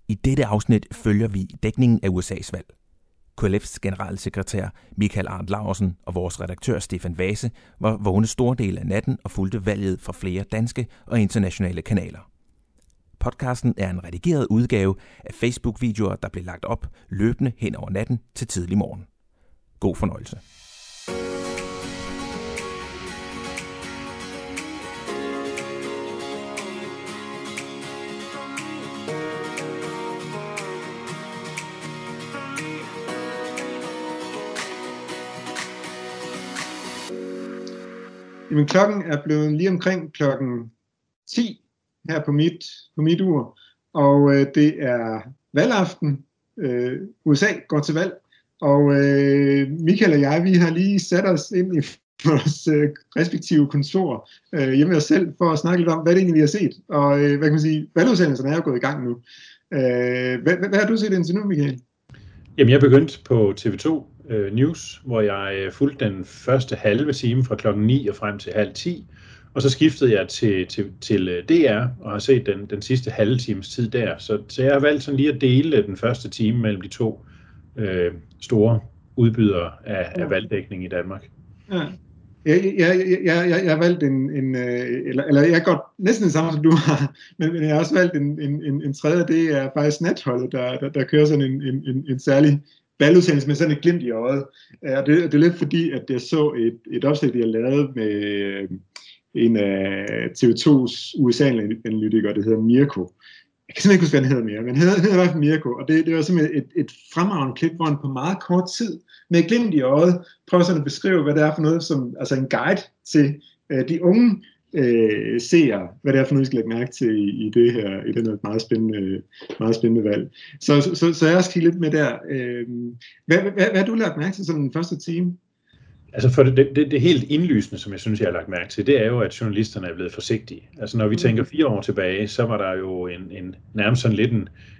I dette afsnit følger vi dækningen af USA's valg. KLF's generalsekretær Michael Arndt Laursen og vores redaktør Stefan Vase var vågne store dele af natten og fulgte valget fra flere danske og internationale kanaler. Podcasten er en redigeret udgave af Facebook-videoer, der blev lagt op løbende hen over natten til tidlig morgen. God fornøjelse. Jamen, klokken er blevet lige omkring klokken 10 her på mit ur, og det er valgaften. USA går til valg, og Michael og jeg, vi har lige sat os ind i vores respektive kontor hjemme ved os selv for at snakke lidt om, hvad det egentlig vi har set. Og hvad kan man sige, valgudsendelserne er jo gået i gang nu. Hvad har du set indtil nu, Michael? Jamen, jeg begyndte på TV2 News, hvor jeg fulgte den første halve time fra klokken 9 og frem til halv 10, og så skiftede jeg til DR og har set den sidste halve times tid der. Så jeg har valgt sådan lige at dele den første time mellem de to store udbydere af valgdækning i Danmark. Ja. Jeg har valgt eller jeg går næsten det samme som du har, men jeg har også valgt en tredje, det er faktisk Natholdet, der kører sådan en særlig valgudsendelse med sådan et glimt i øjet. Og det er lidt fordi, at jeg så et opslag, de har lavet med en af TV2's USA-analytikere, der hedder Mirko. Jeg kan simpelthen ikke huske, hvad han hedder mere, men han hedder i hvert fald Mirko, og det var simpelthen et fremragende klip, hvor han på meget kort tid, med et glimt i øjet, prøver sådan at beskrive, hvad det er for noget, som, altså en guide til de unge seere, hvad det er for noget, vi skal lægge mærke til i det her, i den her meget spændende valg. Så jeg har også kigget lidt med der. Hvad har du lagt mærke til sådan den første time? Altså for det helt indlysende, som jeg synes, jeg har lagt mærke til, det er jo, at journalisterne er blevet forsigtige. Altså når vi tænker 4 år tilbage, så var der jo nærmest sådan lidt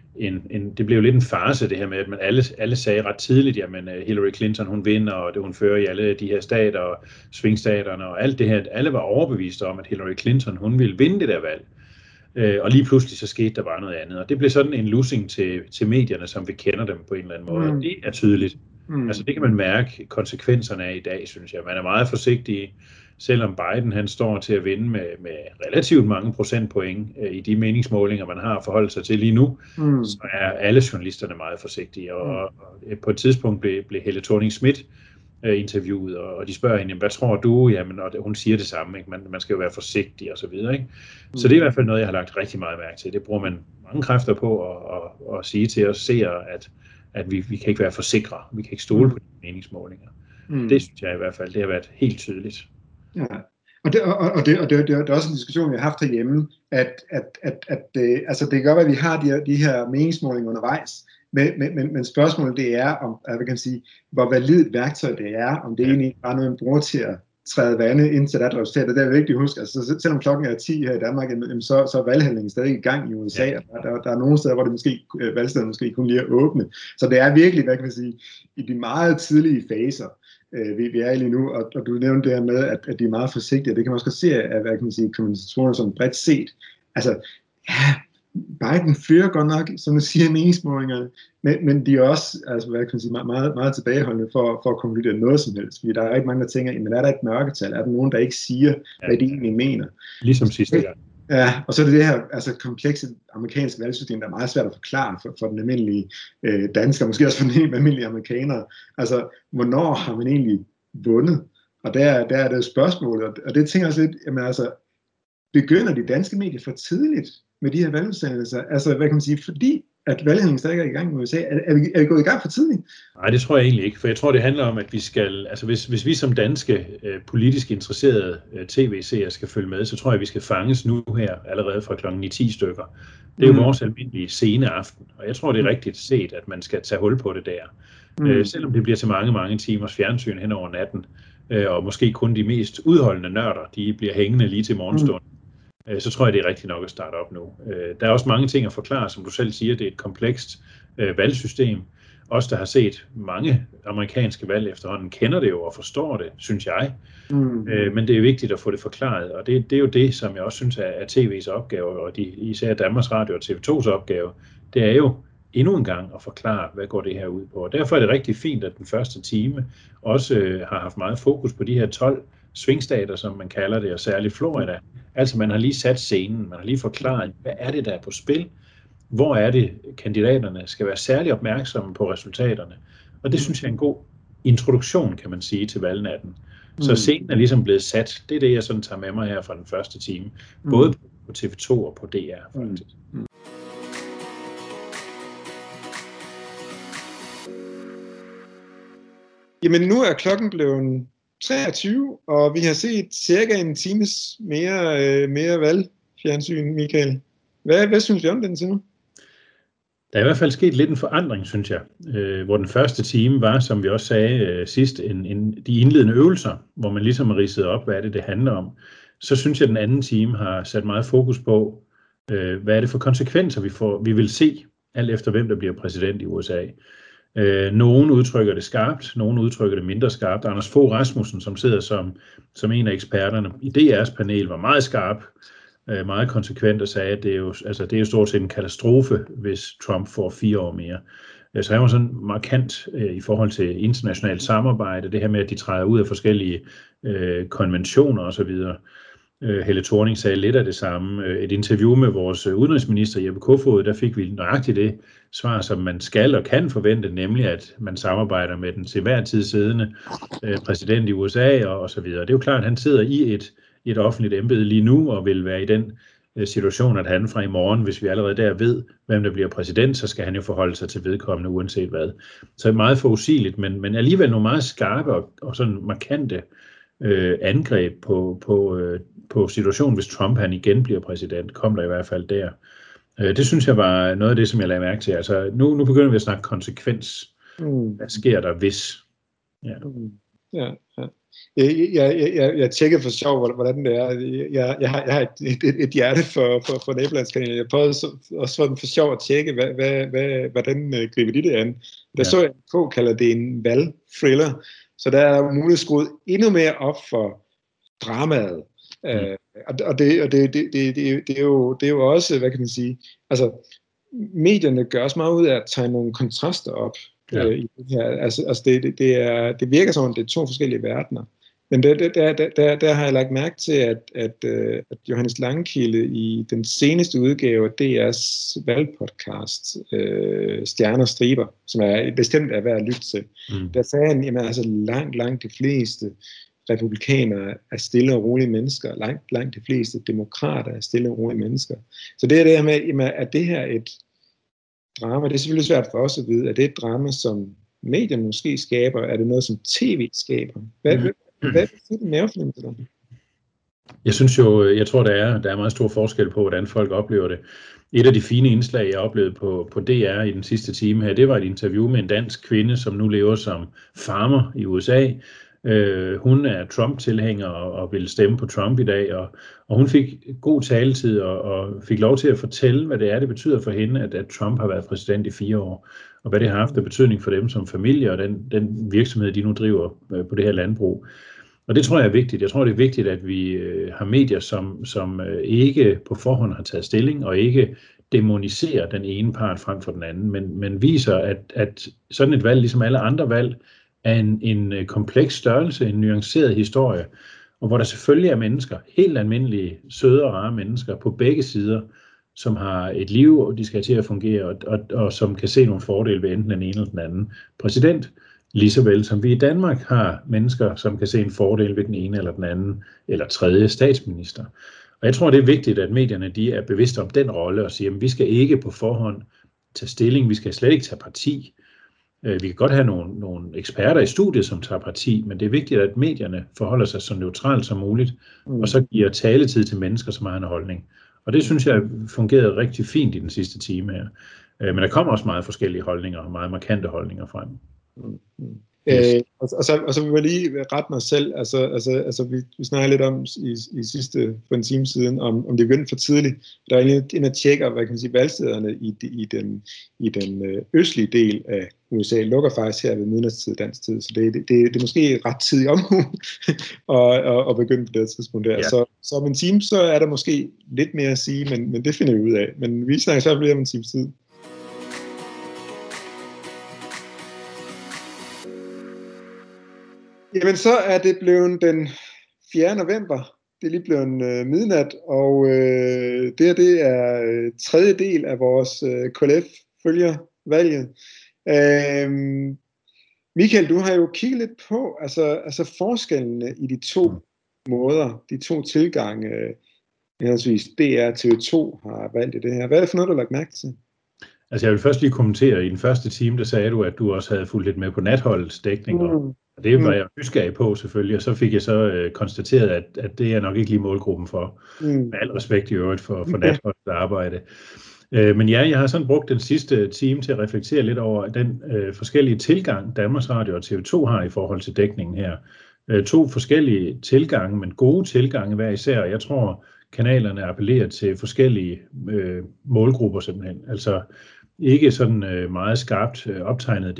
det blev jo lidt en farce, det her med, at man alle sagde ret tidligt, jamen Hillary Clinton, hun vinder, og det hun fører i alle de her stater, og svingstaterne, og alt det her. Alle var overbeviste om, at Hillary Clinton, hun ville vinde det der valg. Og lige pludselig så skete der bare noget andet. Og det blev sådan en lussing til medierne, som vi kender dem på en eller anden måde. Og det er tydeligt. Altså det kan man mærke konsekvenserne af i dag, synes jeg. Man er meget forsigtig, selvom Biden han står til at vinde med relativt mange procentpoint i de meningsmålinger, man har forholdt sig til lige nu, så er alle journalisterne meget forsigtige. Og på et tidspunkt blev Helle Thorning-Schmidt interviewet, og de spørger hende, hvad tror du? Jamen, og hun siger det samme, ikke? Man skal jo være forsigtig og så videre, ikke? Så det er i hvert fald noget, jeg har lagt rigtig meget mærke til. Det bruger man mange kræfter på at sige til os seere, at vi kan ikke være for sikre. Vi kan ikke stole på de meningsmålinger. Det synes jeg i hvert fald, det har været helt tydeligt. Ja. Og det er også en diskussion, vi har haft herhjemme, at altså det kan godt være, at vi har de her meningsmålinger undervejs, men spørgsmålet det er, om, hvad kan sige, hvor validt et værktøj det er, om det egentlig bare noget, man bruger til at træde vande ind til det resultat. Det er vigtigt at huske, altså selvom klokken er 10 her i Danmark, så er valghandlingen stadig i gang i USA, og der er nogle steder, hvor det valgstederne måske kun lige er åbne. Så det er virkelig, hvad kan man sige, i de meget tidlige faser, vi er lige nu, og du nævnte det her med, at de er meget forsigtige, det kan man også se af, hvad kan man sige, kommentatorerne som bredt set. Altså, ja, Biden fører godt nok, som du siger, meningsmålingerne, men de er også, altså, hvad kan man sige, meget, meget tilbageholdende for at konkludere noget som helst. Fordi der er ikke mange, der tænker, men er der et mørketal? Er der nogen, der ikke siger, hvad de egentlig mener? Ligesom sidste gang. Ja, og så er det her altså, komplekse amerikanske valgsystem, der er meget svært at forklare for den almindelige dansker, måske også for den almindelige amerikanere. Altså, hvornår har man egentlig vundet? Og der er det spørgsmålet, og det tænker jeg også lidt, jamen altså, begynder de danske medier for tidligt med de her valgudsendelser? Altså, hvad kan man sige, fordi at valghandlingen stadig er i gang i USA. Er vi gået i gang for tidligt? Nej, det tror jeg egentlig ikke, for jeg tror, det handler om, at vi skal, altså hvis vi som danske politisk interesserede tv-seere skal følge med, så tror jeg, at vi skal fanges nu her, allerede fra klokken 10 stykker. Det er jo vores almindelige sene aften, og jeg tror, det er rigtigt set, at man skal tage hul på det der. Selvom det bliver til mange, mange timers fjernsyn hen over natten, og måske kun de mest udholdende nørder, de bliver hængende lige til morgenstunden. Så tror jeg, det er rigtigt nok at starte op nu. Der er også mange ting at forklare, som du selv siger, det er et komplekst valgsystem. Os, der har set mange amerikanske valg efterhånden, kender det jo og forstår det, synes jeg. Men det er vigtigt at få det forklaret, og det er jo det, som jeg også synes er TV's opgave, og især Danmarks Radio og TV2's opgave, det er jo endnu en gang at forklare, hvad går det her ud på. Og derfor er det rigtig fint, at den første time også har haft meget fokus på de her 12 swingstater, som man kalder det, og særligt Florida. Altså man har lige sat scenen, man har lige forklaret, hvad er det, der er på spil, hvor er det, kandidaterne skal være særlig opmærksomme på resultaterne. Og det synes jeg er en god introduktion, kan man sige, til valgnatten. Så scenen er ligesom blevet sat. Det er det, jeg sådan tager med mig her fra den første time. Både på TV2 og på DR, faktisk. Jamen, nu er klokken blevet 23, og vi har set cirka en times mere valgfjernsyn, Michael. Hvad synes du om den til nu? Der er i hvert fald sket lidt en forandring, synes jeg, hvor den første time var, som vi også sagde sidst, de indledende øvelser, hvor man ligesom har ridset op, hvad er det handler om. Så synes jeg, at den anden time har sat meget fokus på, hvad er det for konsekvenser, vi vil se, alt efter hvem der bliver præsident i USA. Nogen udtrykker det skarpt, nogen udtrykker det mindre skarpt. Anders Fogh Rasmussen, som sidder som en af eksperterne i DR's panel, var meget skarp, meget konsekvent og sagde, at det er jo stort set en katastrofe, hvis Trump får 4 år mere. Så han var sådan markant i forhold til internationalt samarbejde, det her med, at de træder ud af forskellige konventioner osv. Helle Thorning sagde lidt af det samme. Et interview med vores udenrigsminister Jeppe Kofod, der fik vi nøjagtigt det svar, som man skal og kan forvente, nemlig at man samarbejder med den til hver tid siddende præsident i USA og så videre. Det er jo klart, at han sidder i et offentligt embede lige nu og vil være i den situation, at han fra i morgen, hvis vi allerede der ved, hvem der bliver præsident, så skal han jo forholde sig til vedkommende uanset hvad. Så det er meget forudsigeligt, men alligevel nogle meget skarpe og sådan markante angreb på situationen, hvis Trump han igen bliver præsident, kom der i hvert fald der. Det synes jeg var noget af det, som jeg lagde mærke til. Altså, nu begynder vi at snakke konsekvens. Hvad sker der, hvis? Ja. Jeg tjekkede for sjov, hvordan det er. Jeg har et hjerte for nabolandskanalen. Jeg prøvede også for sjov at tjekke, hvordan griber de det an. Der så jeg, at K kalder det en valgthriller. Så der er muligt skruet endnu mere op for dramaet. Og det er jo også, hvad kan man sige, altså medierne gør også meget ud af at tage nogle kontraster op i det her. Altså det virker som om det er 2 forskellige verdener. Men der har jeg lagt mærke til, at Johannes Langkilde i den seneste udgave af DR's valgpodcast, Stjerner Striber, som er bestemt er værd at lytte til, der sagde han, jamen altså langt de fleste republikanere er stille og rolige mennesker, langt de fleste demokrater er stille og rolige mennesker. Så det er det her med, jamen, at det her et drama, det er selvfølgelig svært for os at vide, at det er et drama, som medierne måske skaber, er det noget, som tv skaber? Hvad er det mavefornemmelse der? Jeg tror, der er meget stor forskel på, hvordan folk oplever det. Et af de fine indslag, jeg oplevede på DR i den sidste time her, det var et interview med en dansk kvinde, som nu lever som farmer i USA. Hun er Trump-tilhænger og vil stemme på Trump i dag, og hun fik god taletid og fik lov til at fortælle, hvad det betyder for hende, at Trump har været præsident i 4 år, og hvad det har haft af betydning for dem som familie og den virksomhed, de nu driver på det her landbrug. Og det tror jeg er vigtigt. Jeg tror, det er vigtigt, at vi har medier, som ikke på forhånd har taget stilling og ikke demoniserer den ene part frem for den anden, men viser, at sådan et valg, ligesom alle andre valg, er en kompleks størrelse, en nuanceret historie, og hvor der selvfølgelig er mennesker, helt almindelige, søde og rare mennesker på begge sider, som har et liv, og de skal have til at fungere, og som kan se nogle fordele ved enten den ene eller den anden præsident, lige så vel som vi i Danmark har mennesker, som kan se en fordel ved den ene eller den anden, eller tredje statsminister. Og jeg tror, det er vigtigt, at medierne de er bevidste om den rolle og siger, at vi skal ikke på forhånd tage stilling, vi skal slet ikke tage parti. Vi kan godt have nogle eksperter i studiet, som tager parti, men det er vigtigt, at medierne forholder sig så neutralt som muligt, og så giver taletid til mennesker, som har en holdning. Og det synes jeg fungerede rigtig fint i den sidste time her. Men der kommer også meget forskellige holdninger, og meget markante holdninger frem. Yes. Og så vil jeg lige rette mig selv. Altså vi snakker lidt om i sidste for en time siden, om det begyndte for tidligt. Der er en at tjekke, hvad kan man sige, valgstederne i den østlige del af USA lukker faktisk her ved midnatstid dansk tid. Så det er måske ret tidlig omhu at begynde på det tidspunkt der. Ja. Så om en time, så er der måske lidt mere at sige, men det finder vi ud af. Men vi snakker så om en times tid. Jamen, så er det blevet den 4. november. Det er lige blevet midnat, og det er tredje del af vores KLF følger valget. Michael, du har jo kigget lidt på altså forskellene i de to måder, de to tilgange, henholdsvis DR og TV2 har valgt i det her. Hvad er det for noget, du har lagt mærke til? Altså jeg vil først lige kommentere, i den første time, der sagde du, at du også havde fulgt lidt med på Natholdets dækning, og det var jeg nysgerrig på selvfølgelig, og så fik jeg så konstateret, at det er nok ikke lige målgruppen for, med al respekt i øvrigt for Natholdets arbejde. Men ja, jeg har sådan brugt den sidste time til at reflektere lidt over den forskellige tilgang, Danmarks Radio og TV2 har i forhold til dækningen her. To forskellige tilgange, men gode tilgange hver især. Jeg tror, kanalerne appellerer til forskellige målgrupper simpelthen. Altså ikke sådan meget skarpt optegnet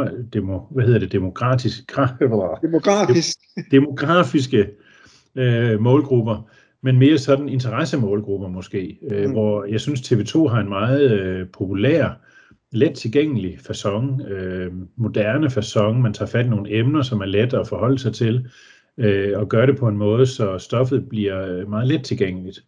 demografiske målgrupper, men mere sådan interessemålgrupper måske, hvor jeg synes TV2 har en meget populær, let tilgængelig facon, moderne facon. Man tager fat i nogle emner, som er let at forholde sig til, og gør det på en måde, så stoffet bliver meget let tilgængeligt.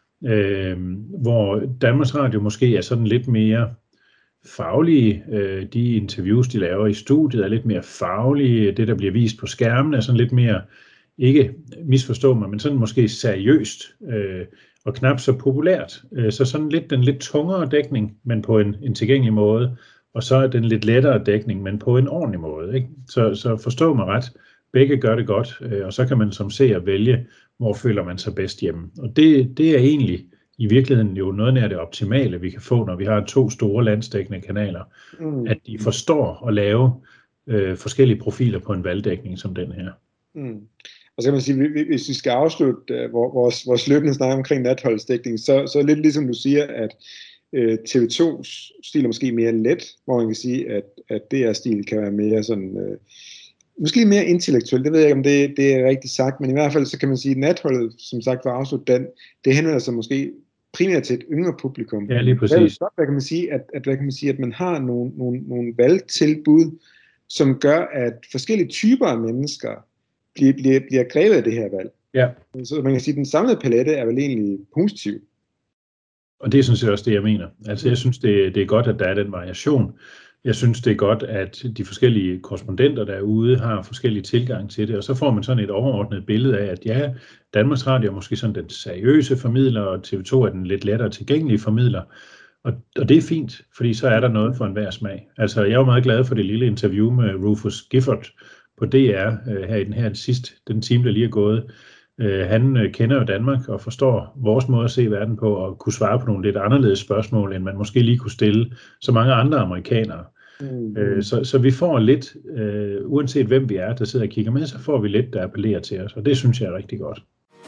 Hvor Danmarks Radio måske er sådan lidt mere faglige. De interviews, de laver i studiet, er lidt mere faglige. Det, der bliver vist på skærmen, er sådan lidt mere, ikke misforstå mig, men sådan måske seriøst og knap så populært. Så sådan lidt den lidt tungere dækning, men på en tilgængelig måde, og så den lidt lettere dækning, men på en ordentlig måde. Ikke? Så forstå mig ret. Begge gør det godt, og så kan man som seer vælge, hvor føler man sig bedst hjemme. Og det er egentlig i virkeligheden jo noget nær det optimale, vi kan få, når vi har to store landsdækkende kanaler, at de forstår at lave forskellige profiler på en valgdækning som den her. Og så kan man sige, hvis vi skal afslutte vores løbende snak omkring natholdsdækning, så lidt ligesom du siger, at TV2's stil er måske mere let, hvor man kan sige, at DR-stil kan være mere sådan, måske mere intellektuelt. Det ved jeg ikke, om det er rigtigt sagt, men i hvert fald så kan man sige, at natholdet, som sagt for at afslutte den, det henvender sig måske primært til et yngre publikum. Ja, lige præcis. Hvad kan man sige, at man har nogle valgtilbud, som gør, at forskellige typer af mennesker bliver grebet af det her valg. Ja. Så man kan sige, at den samlede palette er vel egentlig positiv. Og det er sådan set også det, jeg mener. Altså jeg synes, det er godt, at der er den variation. Jeg synes, det er godt, at de forskellige korrespondenter derude har forskellige tilgang til det, og så får man sådan et overordnet billede af, at ja, Danmarks Radio er måske sådan den seriøse formidler, og TV2 er den lidt lettere tilgængelige formidler. Og det er fint, fordi så er der noget for enhver smag. Altså jeg var meget glad for det lille interview med Rufus Gifford på DR her i den time, der lige er gået. Han kender jo Danmark og forstår vores måde at se verden på og kunne svare på nogle lidt anderledes spørgsmål, end man måske lige kunne stille så mange andre amerikanere. Så vi får lidt, uanset hvem vi er, der sidder og kigger med, så får vi lidt, der appellerer til os, og det synes jeg er rigtig godt.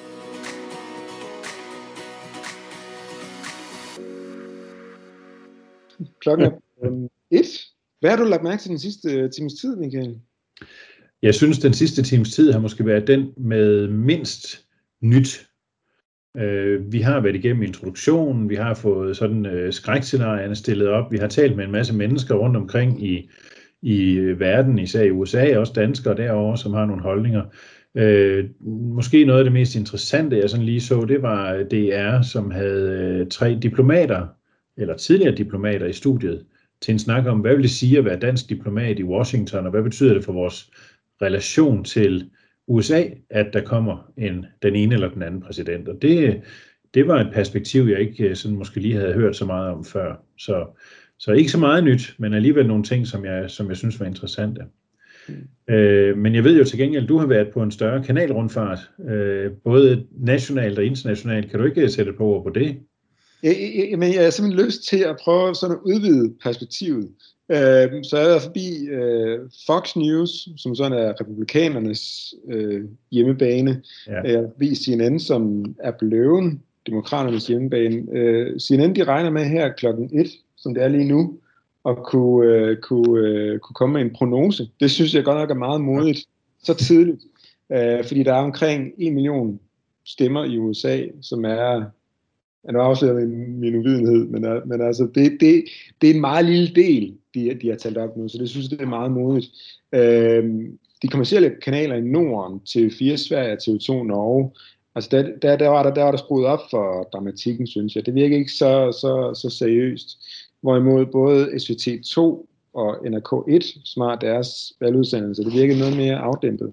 Klokken er 1. Hvad har du lagt mærke til den sidste times tid, Michael? Jeg synes, den sidste times tid har måske været den med mindst nyt. Vi har været igennem introduktionen, vi har fået sådan skrækscenarierne stillet op, vi har talt med en masse mennesker rundt omkring i verden, især i USA, også danskere derovre, som har nogle holdninger. Måske noget af det mest interessante, jeg sådan lige så, det var DR, som havde 3 diplomater, eller tidligere diplomater i studiet, til en snak om, hvad vil det sige at være dansk diplomat i Washington, og hvad betyder det for vores relation til USA, at der kommer den ene eller den anden præsident. Og det var et perspektiv, jeg ikke sådan måske lige havde hørt så meget om før. Så ikke så meget nyt, men alligevel nogle ting, som jeg synes var interessante. Men jeg ved jo til gengæld, at du har været på en større kanalrundfart, både nationalt og internationalt. Kan du ikke sætte på ord på det? Men jeg har simpelthen lyst til at prøve sådan at udvide perspektivet. Så jeg er forbi Fox News, som sådan er republikanernes hjemmebane. Ja. Jeg er forbi CNN, som er blevet demokraternes hjemmebane. CNN, de regner med her klokken 1, som det er lige nu, at kunne komme med en prognose. Det synes jeg godt nok er meget modigt, så tidligt. Fordi der er omkring 1 million stemmer i USA, som er... Nu afslører jeg min uvidenhed, men altså, det er en meget lille del, de har talt op nu, så det synes jeg, det er meget modigt. de kommercielle kanaler i Norden, TV4 Sverige og TV2 Norge, altså der var der skruet op for dramatikken, synes jeg. Det virker ikke så seriøst. Hvorimod både SVT2 og NRK1, som har deres valgudsendelse, det virker noget mere afdæmpet.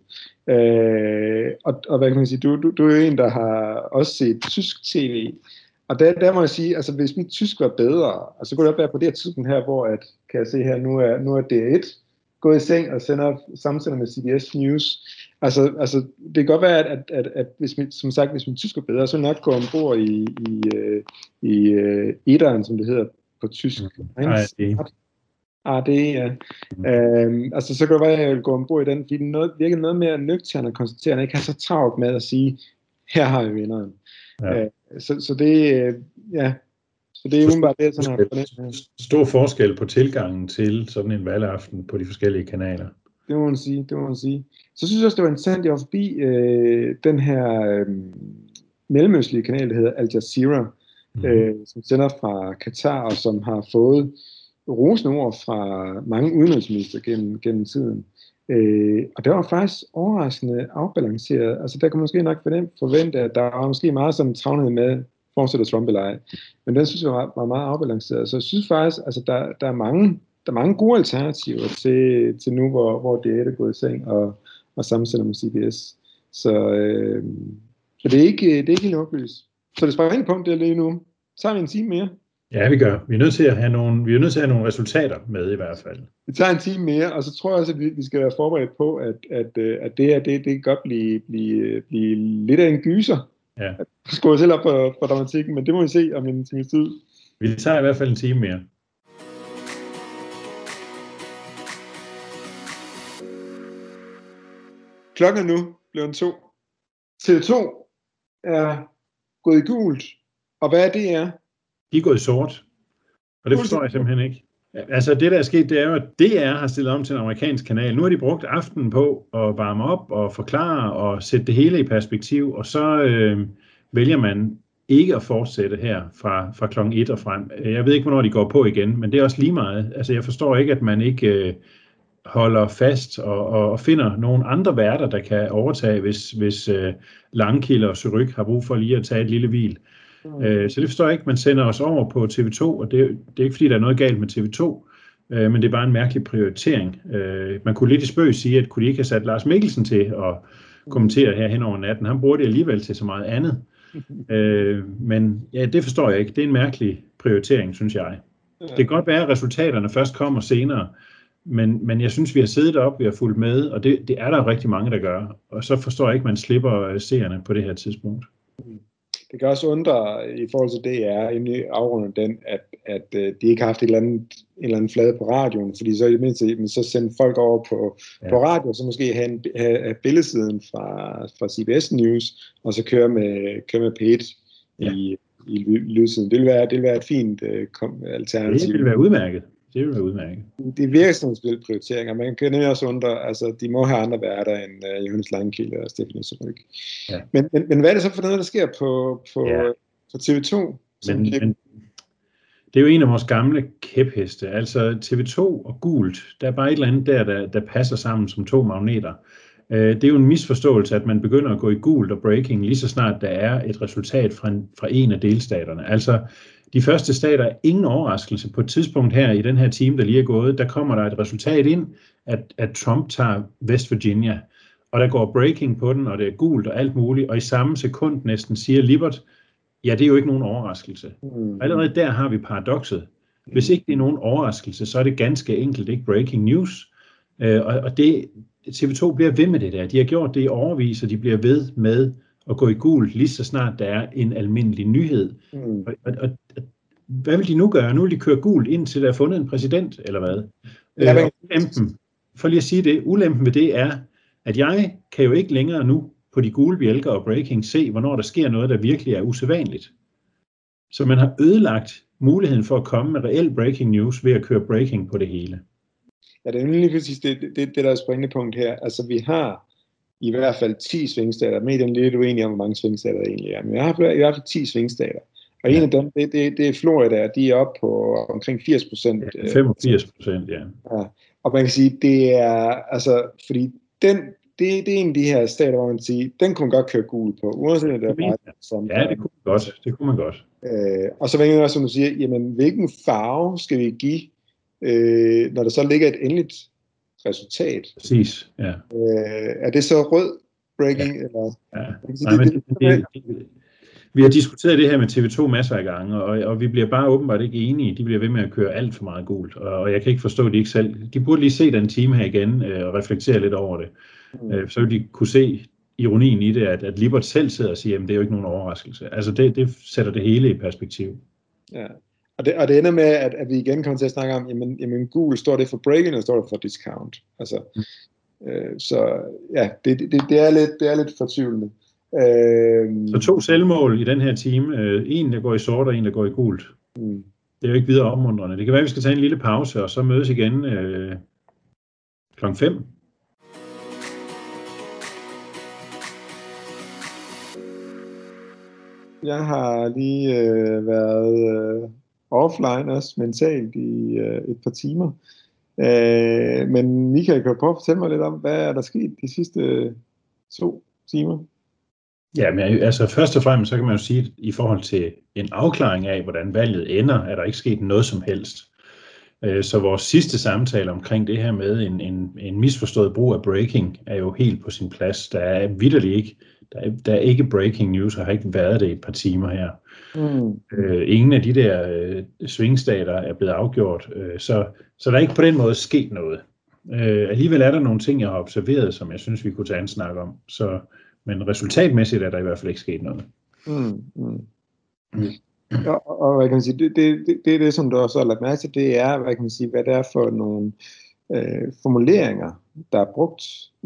Og hvad kan man sige, du er jo en, der har også set tysk tv, og der må jeg sige, altså hvis mit tysk var bedre, altså så kunne det være på det her tidspunkt her, hvor at, kan jeg se her, nu er DR1 gået i seng og samsender med CBS News. Altså det kan godt være, at hvis min tysk var bedre, så vil jeg nok gå ombord i etteren, som det hedder på tysk. Ja. Altså så kan det være, at jeg vil gå ombord i den, fordi den virker noget mere nøgtern og konstaterende, ikke har så travlt med at sige, her har vi vinderen. Ja. Så det er umiddelbart det, sådan her. Stor forskel på tilgangen til sådan en valgaften på de forskellige kanaler. Det må man sige. Så synes jeg også, det var interessant, at jeg var forbi den her mellemøstlige kanal, der hedder Al Jazeera, som sender fra Katar, og som har fået rosende ord fra mange udenrigsminister gennem tiden. Og det var faktisk overraskende afbalanceret. Altså der kan man måske nok forvente, at der var måske meget sådan travlhed med, fortsætter Trump eller ej. Men den synes jeg var meget afbalanceret. Så jeg synes faktisk, altså der er mange gode alternativer til nu, hvor det er gået i seng og sammensætter med CBS. Så det er ikke helt oplyst. Så det sprænger ind punkt der lige nu. Så har vi en time mere. Ja, vi gør. Vi er nødt til at have nogle resultater med i hvert fald. Vi tager en time mere, og så tror jeg også, at vi skal være forberedt på, at det her, det kan godt blive lidt af en gyser. Ja. Skruer selv op for dramatikken, men det må vi se om en times tid. Vi tager i hvert fald en time mere. Klokken er nu blevet 2. TV2 er gået i gult, og hvad er det? De er gået i sort, og det forstår jeg simpelthen ikke. Altså det, der er sket, det er jo, at DR har stillet om til en amerikansk kanal. Nu har de brugt aftenen på at varme op og forklare og sætte det hele i perspektiv, og så vælger man ikke at fortsætte her fra klokken 1 og frem. Jeg ved ikke, hvornår de går på igen, men det er også lige meget. Altså jeg forstår ikke, at man ikke holder fast og finder nogle andre værter, der kan overtage, hvis Langkilde og Suryk har brug for lige at tage et lille hvil. Så det forstår jeg ikke. Man sender os over på TV2, og det er ikke fordi, der er noget galt med TV2, men det er bare en mærkelig prioritering. Man kunne lidt i spøg sige, at kunne de ikke have sat Lars Mikkelsen til at kommentere her hen over natten. Han bruger det alligevel til så meget andet. Men ja, det forstår jeg ikke. Det er en mærkelig prioritering, synes jeg. Det kan godt være, at resultaterne først kommer senere, men jeg synes, vi har siddet op, vi har fulgt med, og det er der rigtig mange, der gør. Og så forstår jeg ikke, at man slipper seerne på det her tidspunkt. Det kan også undre i forhold til DR, inden afrunder den, at de ikke har haft en eller anden flade på radioen, fordi så i det mindste så sende folk over på radio, så måske have billedsiden fra CBS News, og så køre med P1 i lydsiden. Det vil være et fint alternativ. Det vil være udmærket. Det virker som en spil prioritering, og man kan nemlig også undre, altså de må have andre værter end Johannes Langkilde og Stefanie Suryk. Ja. Men hvad er det så for noget, der sker på TV2? Men det er jo en af vores gamle kæpheste, altså TV2 og gult, der er bare et eller andet der passer sammen som to magneter. Det er jo en misforståelse, at man begynder at gå i gult og breaking, lige så snart der er et resultat fra en af delstaterne. Altså de første stater er ingen overraskelse. På et tidspunkt her i den her time, der lige er gået, der kommer der et resultat ind, at Trump tager West Virginia. Og der går breaking på den, og det er gult og alt muligt. Og i samme sekund næsten siger Lippert, ja, det er jo ikke nogen overraskelse. Allerede der har vi paradokset. Hvis ikke det er nogen overraskelse, så er det ganske enkelt ikke breaking news. Og det, TV2 bliver ved med det der. De har gjort det i årevis, og de bliver ved med at gå i gult, lige så snart der er en almindelig nyhed. Og hvad vil de nu gøre? Nu vil de køre gult, indtil der er fundet en præsident, eller hvad? Ulempen, for lige at sige det, ulempen ved det er, at jeg kan jo ikke længere nu på de gule bjælker og breaking se, hvornår der sker noget, der virkelig er usædvanligt. Så man har ødelagt muligheden for at komme med reel breaking news ved at køre breaking på det hele. Ja, det er lige præcis det der er springende punkt her. Altså vi har i hvert fald 10 svingstater. Medierne er lidt uenige om, hvor mange svingstater der egentlig er. Men jeg har i hvert fald 10 svingstater. Og en af dem, det er Florida, de er oppe på omkring 80%. Ja, 85%, ja. Og man kan sige, det er, altså, fordi det er en af de her stater, hvor man siger, den kunne man godt køre gul på, uanset om det er bare som. Ja, det kunne man godt. Og så vælger jeg også, som du siger, jamen, hvilken farve skal vi give, når der så ligger et endeligt resultat? Præcis, ja. Er det så rød breaking? Ja. Eller? Ja. Vi har diskuteret det her med TV2 masser af gange, og vi bliver bare åbenbart ikke enige. De bliver ved med at køre alt for meget gult, og jeg kan ikke forstå, at de ikke selv. De burde lige se den time her igen og reflektere lidt over det. Så vil de kunne se ironien i det, at Lippert selv sidder og siger, at det er jo ikke nogen overraskelse. Altså det sætter det hele i perspektiv. Ja. Og det ender med, at vi igen kommer til at snakke om, jamen gul, står det for breaking, eller står det for discount? Altså, så ja, det er lidt fortvivlende. Så 2 selvmål i den her time. En, der går i sort, og en, der går i gult. Det er jo ikke videre opmuntrende. Det kan være, at vi skal tage en lille pause, og så mødes igen klokken 5. Jeg har lige været offline også mentalt i et par timer. Men Michael, kan du prøve at fortælle mig lidt om, hvad er der sket de sidste 2 timer? Ja, men altså først og fremmest, så kan man jo sige, at i forhold til en afklaring af, hvordan valget ender, er der ikke sket noget som helst. Så vores sidste samtale omkring det her med en misforstået brug af breaking, er jo helt på sin plads. Der er vitterligt ikke, der er ikke breaking news, og har ikke været det i et par timer her. Ingen af de der svingstater er blevet afgjort, så der er ikke på den måde sket noget. Alligevel er der nogle ting, jeg har observeret, som jeg synes, vi kunne tage en snak om. Men resultatmæssigt er der i hvert fald ikke sket noget. Og hvad kan man sige, det som du også har lagt mærke til, det er, hvad kan man sige, hvad det er for nogle formuleringer, der er brugt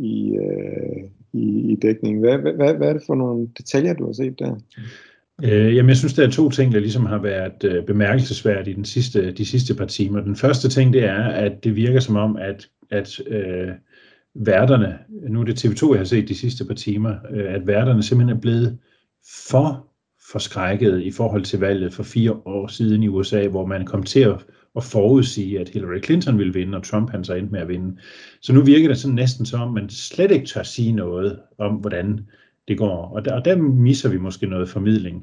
i dækningen. Hvad er det for nogle detaljer, du har set der? Jamen, jeg synes, der er 2 ting, der ligesom har været bemærkelsesværdige de sidste par timer. Den første ting, det er, at det virker som om, at værterne, nu er det TV2, jeg har set de sidste par timer, at værterne simpelthen er blevet for forskrækket i forhold til valget for 4 år siden i USA, hvor man kom til at forudsige, at Hillary Clinton ville vinde, og Trump han så endte med at vinde. Så nu virker det sådan næsten som om, man slet ikke tør sige noget om, hvordan det går. Og der misser vi måske noget formidling.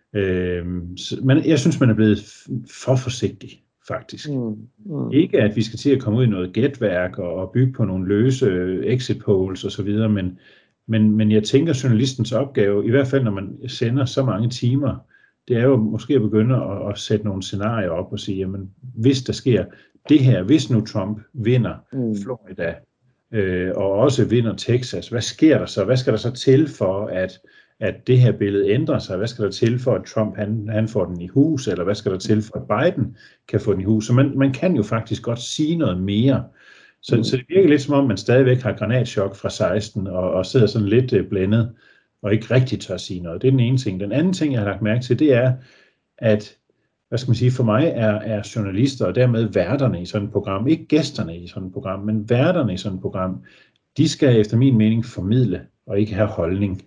Men jeg synes, man er blevet for forsigtig, faktisk. Ikke at vi skal til at komme ud i noget gætværk og bygge på nogle løse exit polls osv., men jeg tænker, journalistens opgave, i hvert fald når man sender så mange timer, det er jo måske at begynde at sætte nogle scenarier op og sige, jamen hvis der sker det her, hvis nu Trump vinder Florida, og også vinder Texas, hvad sker der så? Hvad skal der så til for, at det her billede ændrer sig? Hvad skal der til for, at Trump han får den i hus? Eller hvad skal der til for, at Biden kan få den i hus? Så man kan jo faktisk godt sige noget mere. Så det virker lidt som om, man stadigvæk har granatchok fra 16 og sidder sådan lidt blændet og ikke rigtig tør sige noget. Det er den ene ting. Den anden ting, jeg har lagt mærke til, det er, at hvad skal man sige, for mig er journalister og dermed værterne i sådan et program, ikke gæsterne i sådan et program, men værterne i sådan et program, de skal efter min mening formidle og ikke have holdning.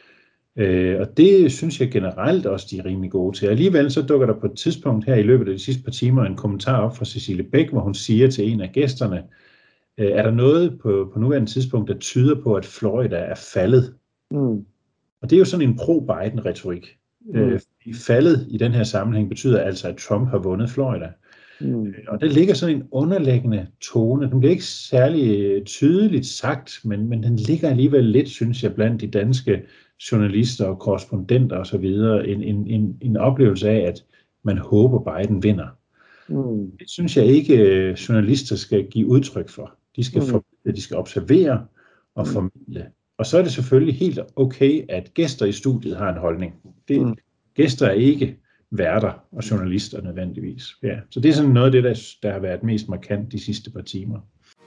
Og det synes jeg generelt også, de er rimelig gode til. Alligevel så dukker der på et tidspunkt her i løbet af de sidste par timer en kommentar op fra Cecilie Bæk, hvor hun siger til en af gæsterne, er der noget på nuværende tidspunkt, der tyder på, at Florida er faldet? Og det er jo sådan en pro-Biden-retorik. Faldet i den her sammenhæng betyder altså, at Trump har vundet Florida. Og der ligger sådan en underliggende tone. Den bliver ikke særlig tydeligt sagt, men den ligger alligevel lidt, synes jeg, blandt de danske journalister og korrespondenter osv. En oplevelse af, at man håber, Biden vinder. Det synes jeg ikke, journalister skal give udtryk for. De skal formidle, de skal observere og formidle. Og så er det selvfølgelig helt okay, at gæster i studiet har en holdning. Gæster er ikke værter og journalister nødvendigvis. Ja. Så det er sådan noget af det, der har været mest markant de sidste par timer.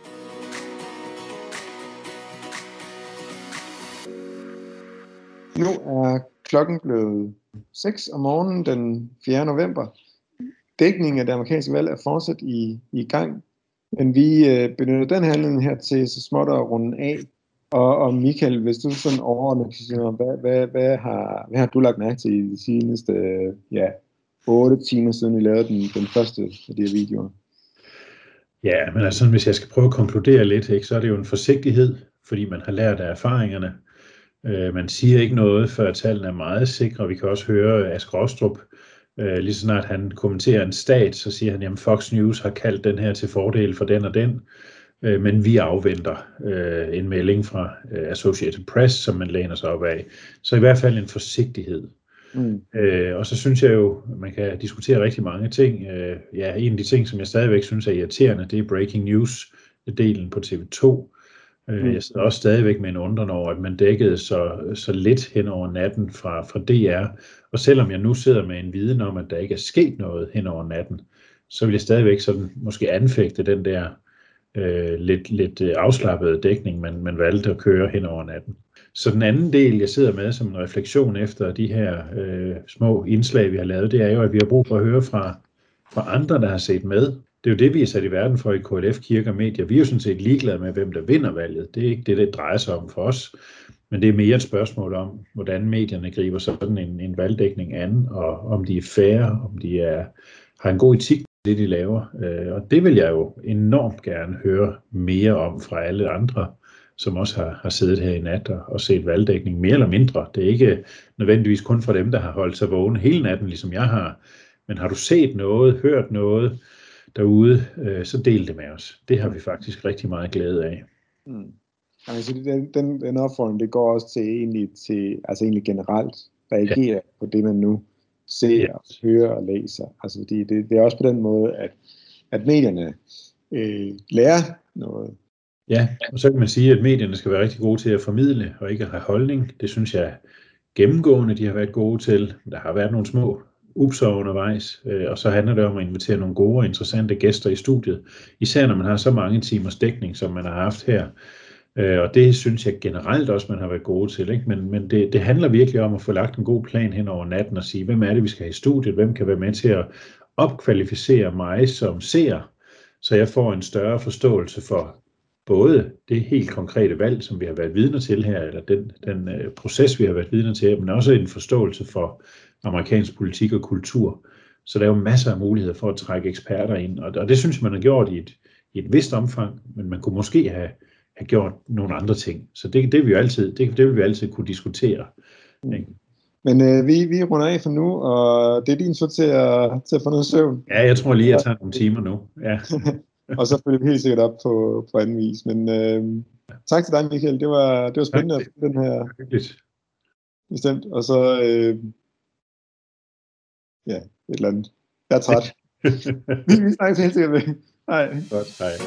Nu er klokken blevet 6 om morgenen den 4. november. Dækningen af det amerikanske valg er fortsat i gang, men vi benytter den handling her til så småt at runde af. Og Michael, hvis du sådan overordnet kan sige, hvad har du lagt mærke til i de seneste 8 timer siden vi lavede den første af de her videoer? Ja, men altså hvis jeg skal prøve at konkludere lidt, ikke, så er det jo en forsigtighed fordi man har lært af erfaringerne. Man siger ikke noget, før tallene er meget sikre. Vi kan også høre Asger Rostrup, lige så snart han kommenterer en stat, så siger han, at Fox News har kaldt den her til fordel for den og den. Men vi afventer en melding fra Associated Press, som man læner sig op af. Så i hvert fald en forsigtighed. Og så synes jeg jo, man kan diskutere rigtig mange ting. En af de ting, som jeg stadigvæk synes er irriterende, det er breaking news-delen på TV2. Jeg sidder også stadigvæk med en undren over, at man dækkede så lidt hen over natten fra DR. Og selvom jeg nu sidder med en viden om, at der ikke er sket noget hen over natten, så vil jeg stadigvæk sådan måske anfægte den der lidt afslappede dækning, man valgte at køre hen over natten. Så den anden del, jeg sidder med som en refleksion efter de her små indslag, vi har lavet, det er jo, at vi har brug for at høre fra andre, der har set med. Det er jo det, vi er sat i verden for i KLF Kirke og Medier. Vi er jo sådan set ligeglade med, hvem der vinder valget. Det er ikke det drejer sig om for os. Men det er mere et spørgsmål om, hvordan medierne griber sådan en valgdækning an, og om de er fair, om de har en god etik, det de laver. Og det vil jeg jo enormt gerne høre mere om fra alle andre, som også har siddet her i nat og set valgdækning mere eller mindre. Det er ikke nødvendigvis kun fra dem, der har holdt sig vågne hele natten, ligesom jeg har. Men har du set noget, hørt noget derude, så del det med os. Det har vi faktisk rigtig meget glæde af. Altså den opfordring, det går også til egentlig generelt reagere på det, man nu ser, hører og læser. Altså det er også på den måde, at medierne lærer noget. Ja, og så kan man sige, at medierne skal være rigtig gode til at formidle og ikke at have holdning. Det synes jeg gennemgående, de har været gode til. Der har været nogle små upser undervejs, og så handler det om at invitere nogle gode og interessante gæster i studiet. Især når man har så mange timers dækning, som man har haft her. Og det synes jeg generelt også, man har været gode til. Ikke? Men det handler virkelig om at få lagt en god plan hen over natten og sige, hvem er det, vi skal have i studiet? Hvem kan være med til at opkvalificere mig som seer, så jeg får en større forståelse for både det helt konkrete valg, som vi har været vidner til her, eller den proces, vi har været vidner til, men også en forståelse for amerikansk politik og kultur. Så der er jo masser af muligheder for at trække eksperter ind, og det synes man har gjort i et vist omfang, men man kunne måske have gjort nogle andre ting. Så det vil vi altid kunne diskutere. Men vi runder af for nu, og det er din tur til at få noget søvn. Ja, jeg tror lige, jeg tager nogle timer nu. Ja. Og så følger vi helt sikkert op på anden vis. Men tak til dig, Michael. Det var spændende at få den her. Hyggeligt. Bestemt. Og så et eller andet. Jeg er træt. vi snakkes helt sikkert med. Hej. Godt, hej.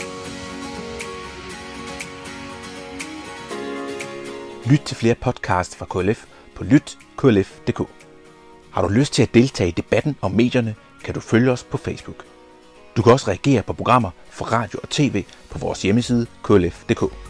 Lyt til flere podcasts fra KLF på lytklf.dk. Har du lyst til at deltage i debatten om medierne, kan du følge os på Facebook. Du kan også reagere på programmer fra radio og tv på vores hjemmeside klf.dk.